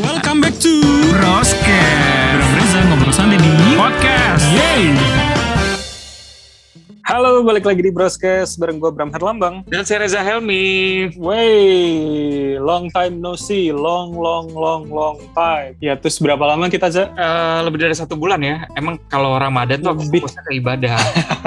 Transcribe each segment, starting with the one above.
Welcome back to Broscast. Bram Reza ngobrol santai di Podcast. Yeay. Halo, balik lagi di Broscast bareng gue Bram Herlambang. Dan saya Reza Helmi. Wey, long time no see, long time. Ya, terus berapa lama kita aja? Lebih dari 1 bulan ya. Emang kalau Ramadan tuh Lebih. fokusnya ke ibadah.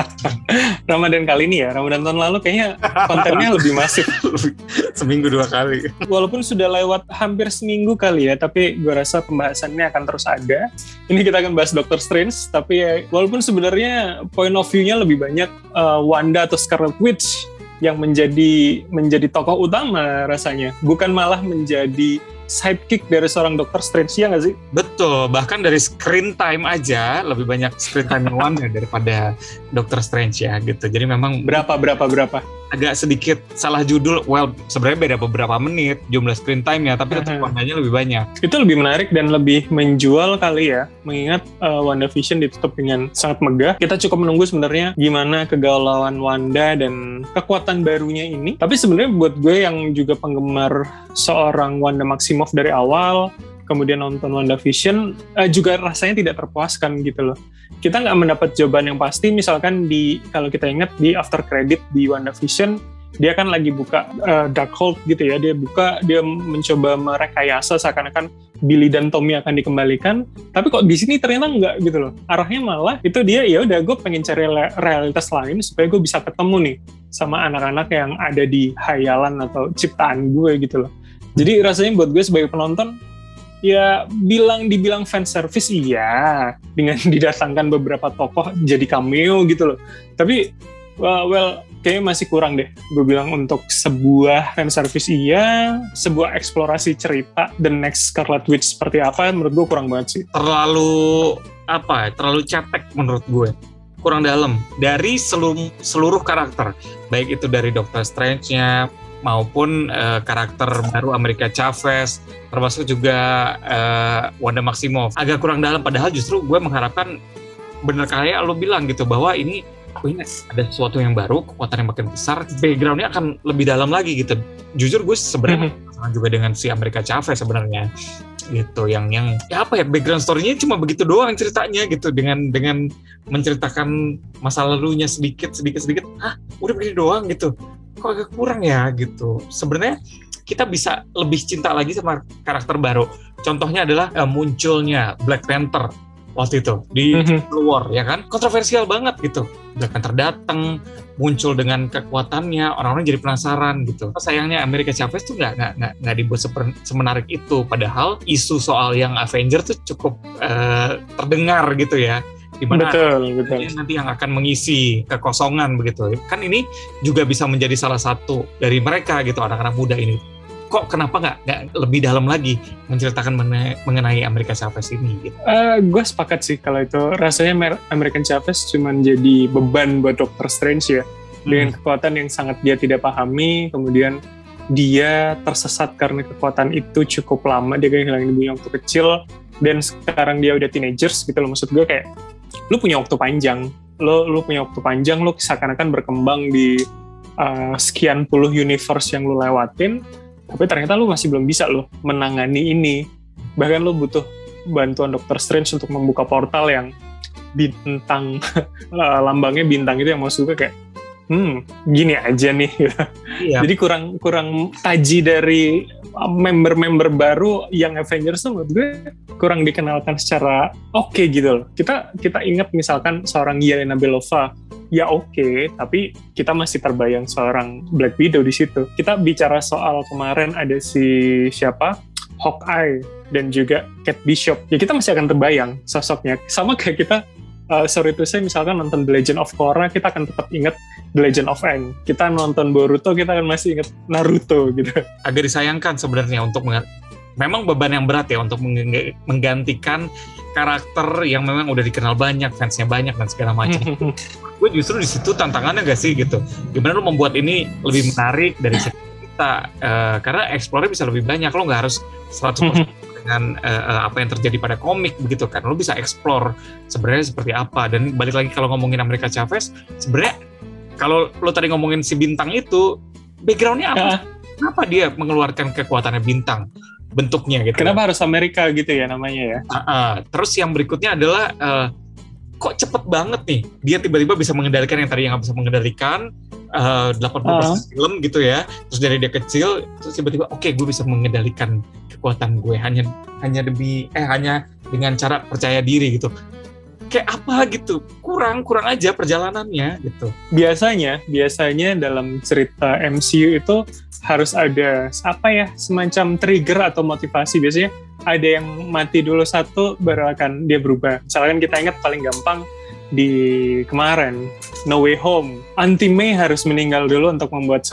Ramadan kali ini ya, Ramadan tahun lalu kayaknya kontennya lebih masif. Seminggu 2 kali. Walaupun sudah lewat hampir seminggu kali ya, tapi gue rasa pembahasannya akan terus ada. Ini kita akan bahas Doctor Strange, tapi ya, walaupun sebenarnya point of view-nya lebih banyak Wanda atau Scarlet Witch yang menjadi tokoh utama rasanya, bukan malah menjadi sidekick dari seorang Doctor Strange, ya nggak sih? Betul, bahkan dari screen time aja lebih banyak screen time Wanda daripada Doctor Strange ya gitu. Jadi memang Berapa? agak sedikit salah judul. Well, sebenarnya beda beberapa menit jumlah screen time-nya, tapi tetap Wandanya lebih banyak. Itu lebih menarik dan lebih menjual kali ya, mengingat WandaVision ditutup dengan sangat megah. Kita cukup menunggu sebenarnya gimana kegalauan Wanda dan kekuatan barunya ini. Tapi sebenarnya buat gue yang juga penggemar seorang Wanda Maximoff dari awal, kemudian nonton WandaVision, juga rasanya tidak terpuaskan gitu loh. Kita nggak mendapat jawaban yang pasti, misalkan kalau kita ingat di after credit di WandaVision, dia kan lagi buka Darkhold gitu ya, dia mencoba merekayasa seakan-akan Billy dan Tommy akan dikembalikan, tapi kok di sini ternyata nggak gitu loh. Arahnya malah itu dia, ya udah gue pengen cari realitas lain supaya gue bisa ketemu nih sama anak-anak yang ada di hayalan atau ciptaan gue gitu loh. Jadi rasanya buat gue sebagai penonton, ya dibilang fan service iya, dengan didatangkan beberapa tokoh jadi cameo gitu loh. Tapi well kayaknya masih kurang deh. Gue bilang untuk sebuah fan service iya, sebuah eksplorasi cerita the next Scarlet Witch seperti apa, menurut gue kurang banget sih. Terlalu cetek menurut gue. Kurang dalam dari seluruh karakter, baik itu dari Doctor Strange-nya maupun karakter baru America Chavez, termasuk juga Wanda Maximoff. Agak kurang dalam, padahal justru gue mengharapkan, bener kayak lo bilang gitu, bahwa ini ada sesuatu yang baru, kekuatan yang makin besar, background-nya akan lebih dalam lagi gitu. Jujur gue sebenarnya pasangan juga dengan si America Chavez sebenarnya gitu, yang ya apa ya, background story-nya cuma begitu doang ceritanya gitu, dengan menceritakan masa lalunya sedikit, udah begini doang gitu. Kok agak kurang ya gitu. Sebenarnya kita bisa lebih cinta lagi sama karakter baru. Contohnya adalah munculnya Black Panther waktu itu di Civil War, ya kan? Kontroversial banget gitu. Black Panther datang, muncul dengan kekuatannya, orang-orang jadi penasaran gitu. Sayangnya America Chavez tuh nggak dibuat semenarik itu. Padahal isu soal yang Avenger tuh cukup terdengar gitu ya. Dimana betul. nanti yang akan mengisi kekosongan begitu. Kan ini juga bisa menjadi salah satu dari mereka gitu, anak-anak muda ini. Kok kenapa nggak lebih dalam lagi menceritakan mengenai America Chavez ini? Gitu. Gue sepakat sih kalau itu. Rasanya American Chavez cuma jadi beban buat Doctor Strange ya, dengan kekuatan yang sangat dia tidak pahami, kemudian dia tersesat karena kekuatan itu cukup lama, dia kehilangan ibunya waktu kecil, dan sekarang dia udah teenagers gitu loh. Maksud gue kayak, lu punya waktu panjang, lu seakan-akan berkembang di sekian puluh universe yang lu lewatin, tapi ternyata lu masih belum bisa lo menangani ini. Bahkan lu butuh bantuan Doctor Strange untuk membuka portal yang bintang, lambangnya bintang itu, yang maksud gue kayak, gini aja nih. Iya. Jadi kurang taji dari member-member baru yang Avengers tuh menurut gue kurang dikenalkan secara oke gitu loh. Kita ingat misalkan seorang Yelena Belova, ya oke, tapi kita masih terbayang seorang Black Widow di situ. Kita bicara soal kemarin ada si Hawkeye dan juga Kate Bishop, ya kita masih akan terbayang sosoknya. Sama kayak kita, sorry to say, misalkan nonton The Legend of Korra, kita akan tetap ingat The Legend of Aang. Kita nonton Boruto, kita akan masih ingat Naruto gitu. Agak disayangkan sebenarnya untuk memang beban yang berat ya untuk menggantikan karakter yang memang udah dikenal banyak, fansnya banyak dan segala macam. Gue justru di situ tantangannya gak sih gitu. Gimana lo membuat ini lebih menarik dari kita, karena explore bisa lebih banyak. Lo nggak harus 100% dengan apa yang terjadi pada komik begitu kan. Lo bisa explore sebenarnya seperti apa. Dan balik lagi kalau ngomongin America Chavez, sebenarnya kalau lo tadi ngomongin si bintang itu, backgroundnya apa? Kenapa dia mengeluarkan kekuatannya bintang? bentuknya gitu. Kenapa harus Amerika gitu ya namanya ya? Terus yang berikutnya adalah kok cepet banget nih dia tiba-tiba bisa mengendalikan yang tadi nggak bisa mengendalikan 80% film gitu ya. Terus dari dia kecil terus tiba-tiba oke, gue bisa mengendalikan kekuatan gue hanya dengan cara percaya diri gitu. Kayak apa gitu, kurang aja perjalanannya gitu. Biasanya dalam cerita MCU itu harus ada semacam trigger atau motivasi. Biasanya ada yang mati dulu satu baru akan dia berubah. Misalkan kita ingat paling gampang di kemarin No Way Home, Auntie May harus meninggal dulu untuk membuat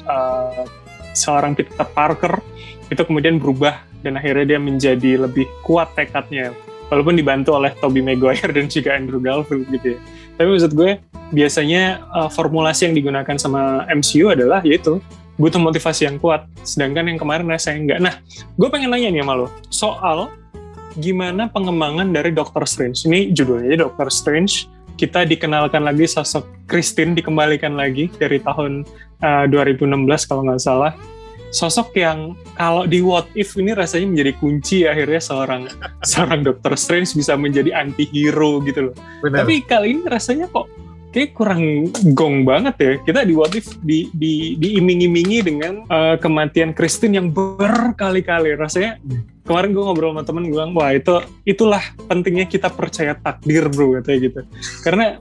seorang Peter Parker itu kemudian berubah dan akhirnya dia menjadi lebih kuat tekadnya. Walaupun dibantu oleh Tobey Maguire dan juga Andrew Garfield gitu ya. Tapi maksud gue, biasanya formulasi yang digunakan sama MCU adalah yaitu butuh motivasi yang kuat. Sedangkan yang kemarin rasanya enggak. Nah, gue pengen nanya nih sama lo, soal gimana pengembangan dari Doctor Strange. Ini judulnya Doctor Strange. Kita dikenalkan lagi sosok Christine, dikembalikan lagi dari tahun 2016 kalau nggak salah. Sosok yang kalau di What If ini rasanya menjadi kunci akhirnya seorang Doctor Strange bisa menjadi anti-hero gitu loh. Benar. Tapi kali ini rasanya kok kayak kurang gong banget ya. Kita di What If diiming-imingi dengan kematian Christine yang berkali-kali. Rasanya kemarin gue ngobrol sama temen, gue bilang, wah itulah pentingnya kita percaya takdir bro, katanya gitu. Karena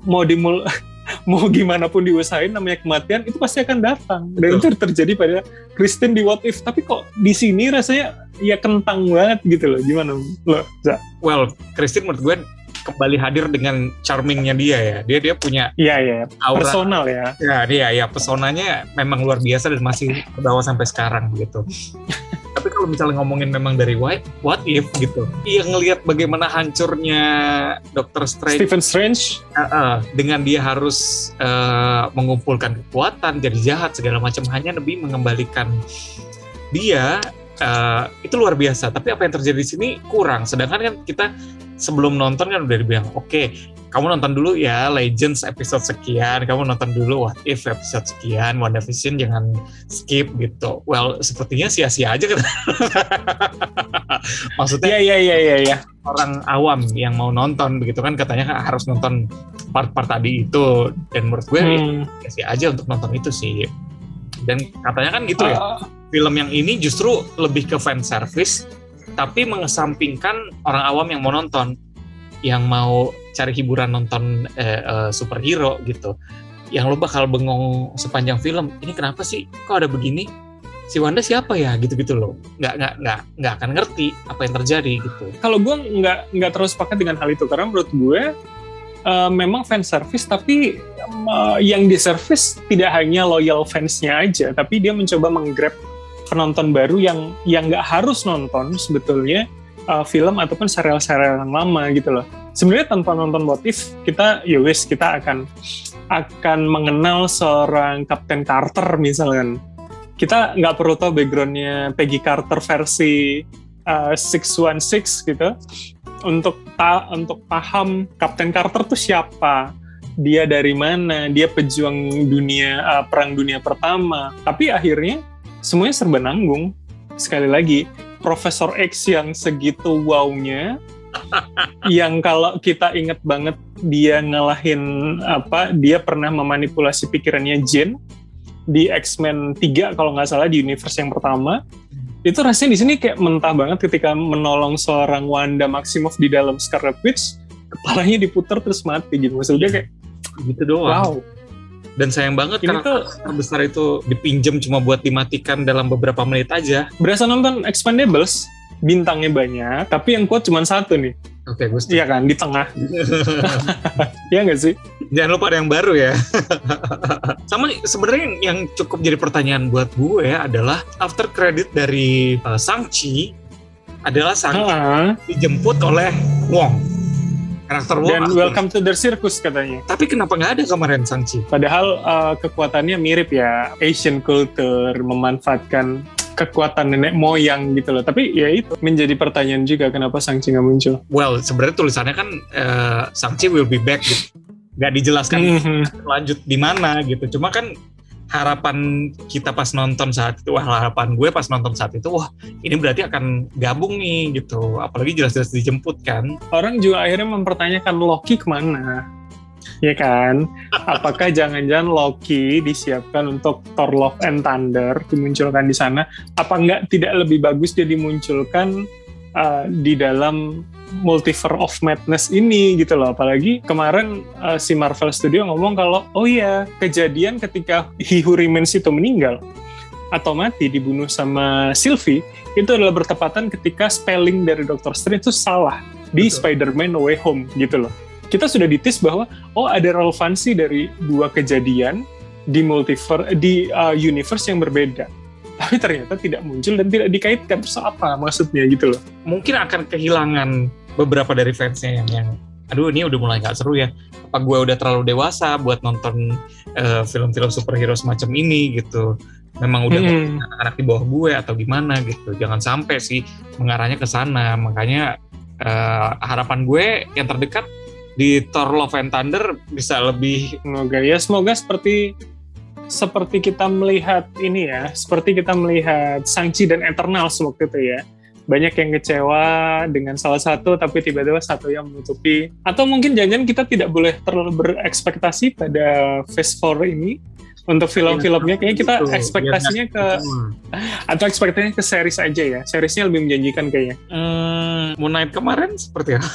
mau gimana pun diusahain, namanya kematian itu pasti akan datang. Dan itu terjadi pada Christine di What If. Tapi kok di sini rasanya ya kentang banget gitu loh. Gimana lo, Za? Well, Christine menurut gue kembali hadir dengan charmingnya dia ya. Dia punya aura personal ya. Ya dia pesonanya memang luar biasa dan masih terbawa sampai sekarang gitu. Tapi kalau misalnya ngomongin memang dari What If gitu, ngelihat bagaimana hancurnya Doctor Strange, Stephen Strange, dengan dia harus mengumpulkan kekuatan, jadi jahat segala macam hanya lebih mengembalikan dia, itu luar biasa. Tapi apa yang terjadi di sini kurang. Sedangkan kan kita sebelum nonton kan udah dibilang, oke, kamu nonton dulu ya Legends episode sekian, kamu nonton dulu What If episode sekian, WandaVision jangan skip gitu. Well, sepertinya sia-sia aja kan. Maksudnya iya. Orang awam yang mau nonton begitu kan katanya harus nonton part-part tadi itu, dan menurut gue sia-sia aja untuk nonton itu sih. Dan katanya kan gitu ya, film yang ini justru lebih ke fan service tapi mengesampingkan orang awam yang mau nonton, yang mau cari hiburan nonton superhero gitu, yang lo bakal bengong sepanjang film, ini kenapa sih kok ada begini, si Wanda siapa ya gitu loh, nggak akan ngerti apa yang terjadi gitu. Kalau gue nggak terus sepakat dengan hal itu, karena menurut gue memang fan service, tapi yang di service tidak hanya loyal fansnya aja, tapi dia mencoba menggrab penonton baru yang nggak harus nonton sebetulnya film ataupun serial-serial yang lama gitu loh. Sebenarnya tanpa nonton What If, kita akan mengenal seorang Captain Carter misalkan. Kita nggak perlu tahu backgroundnya Peggy Carter versi 616 gitu untuk paham Captain Carter tuh siapa, dia dari mana, dia pejuang perang dunia pertama. Tapi akhirnya semuanya serba nanggung. Sekali lagi, Profesor X yang segitu wow-nya, yang kalau kita inget banget dia ngalahin dia pernah memanipulasi pikirannya Jane di X-Men 3 kalau nggak salah, di universe yang pertama. Itu rasanya di sini kayak mentah banget ketika menolong seorang Wanda Maximoff di dalam Scarlet Witch, kepalanya diputar terus mati gitu. Maksudnya kayak gitu doang. Wow. Dan sayang banget karena terbesar itu dipinjam cuma buat dimatikan dalam beberapa menit aja. Berasa nonton Expendables, bintangnya banyak, tapi yang kuat cuma satu nih. Oke, gue setuju. Iya kan, di tengah. Iya nggak sih? Jangan lupa ada yang baru ya. Sama sebenarnya yang cukup jadi pertanyaan buat gue adalah after credit dari Shang-Chi adalah Shang-Chi dijemput oleh Wong. Karakter Wong. Dan welcome to the circus katanya. Tapi kenapa nggak ada kemarin Shang-Chi? Padahal kekuatannya mirip ya, Asian culture, memanfaatkan kekuatan nenek moyang gitu loh. Tapi ya itu menjadi pertanyaan juga, kenapa Shang-Chi nggak muncul. Well, sebenarnya tulisannya kan Shang-Chi will be back gitu. Nggak dijelaskan lanjut di mana gitu. Cuma kan harapan kita pas nonton saat itu, harapan gue pas nonton saat itu, wah ini berarti akan gabung nih gitu, apalagi jelas-jelas dijemput kan. Orang juga akhirnya mempertanyakan Loki kemana, ya kan? Apakah jangan-jangan Loki disiapkan untuk Thor Love and Thunder dimunculkan di sana? Apa enggak tidak lebih bagus dia dimunculkan di dalam Multiverse of Madness ini gitu loh. Apalagi kemarin si Marvel Studio ngomong kalau oh iya, kejadian ketika He Who Remains itu meninggal atau mati dibunuh sama Sylvie itu adalah bertepatan ketika spelling dari Doctor Strange itu salah di Spider-Man No Way Home gitu loh. Kita sudah ditis bahwa oh ada relevansi dari dua kejadian di multiverse di universe yang berbeda. Tapi ternyata tidak muncul dan tidak dikaitkan. Terus apa maksudnya gitu loh. Mungkin akan kehilangan beberapa dari fansnya yang aduh ini udah mulai gak seru ya. Apa gue udah terlalu dewasa buat nonton film-film superhero semacam ini gitu. Memang udah anak-anak di bawah gue atau gimana gitu. Jangan sampai sih mengarahnya ke sana. Makanya harapan gue yang terdekat di Thor Love and Thunder bisa lebih. Semoga seperti kita melihat ini ya, seperti kita melihat Shang-Chi dan Eternals waktu itu ya. Banyak yang kecewa dengan salah satu, tapi tiba-tiba satu yang menutupi. Atau mungkin jangan-jangan kita tidak boleh terlalu berekspektasi pada Phase 4 ini. Untuk film-filmnya, kayaknya kita ekspektasinya atau ekspektasinya ke series aja ya. Seriesnya lebih menjanjikan kayaknya. Moon Knight kemarin seperti apa?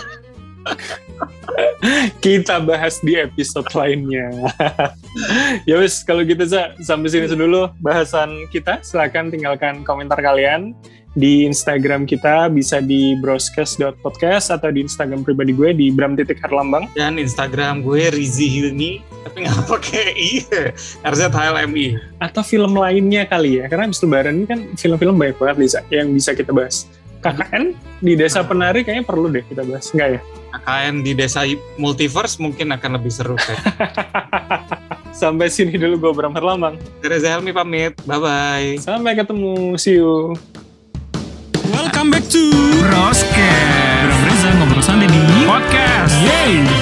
Kita bahas di episode lainnya. Ya wes, kalau gitu sampai sini dulu bahasan kita. Silakan tinggalkan komentar kalian di Instagram kita, bisa di broadcast.podcast atau di Instagram pribadi gue di Bram.Herlambang. Dan Instagram gue Rizzy Hilmi, tapi nggak pakai I, RZHLMI. Atau film lainnya kali ya, karena habis lebaran ini kan film-film banyak banget Lisa yang bisa kita bahas. KKN di Desa Penari kayaknya perlu deh kita bahas, enggak ya? KKN di Desa Multiverse mungkin akan lebih seru kayak. Sampai sini dulu, gue Bram Herlambang. Reza Helmi pamit, bye-bye. Sampai ketemu, see you. Welcome back to Broscast. Bram Reza ngobrol santai di podcast. Yeay.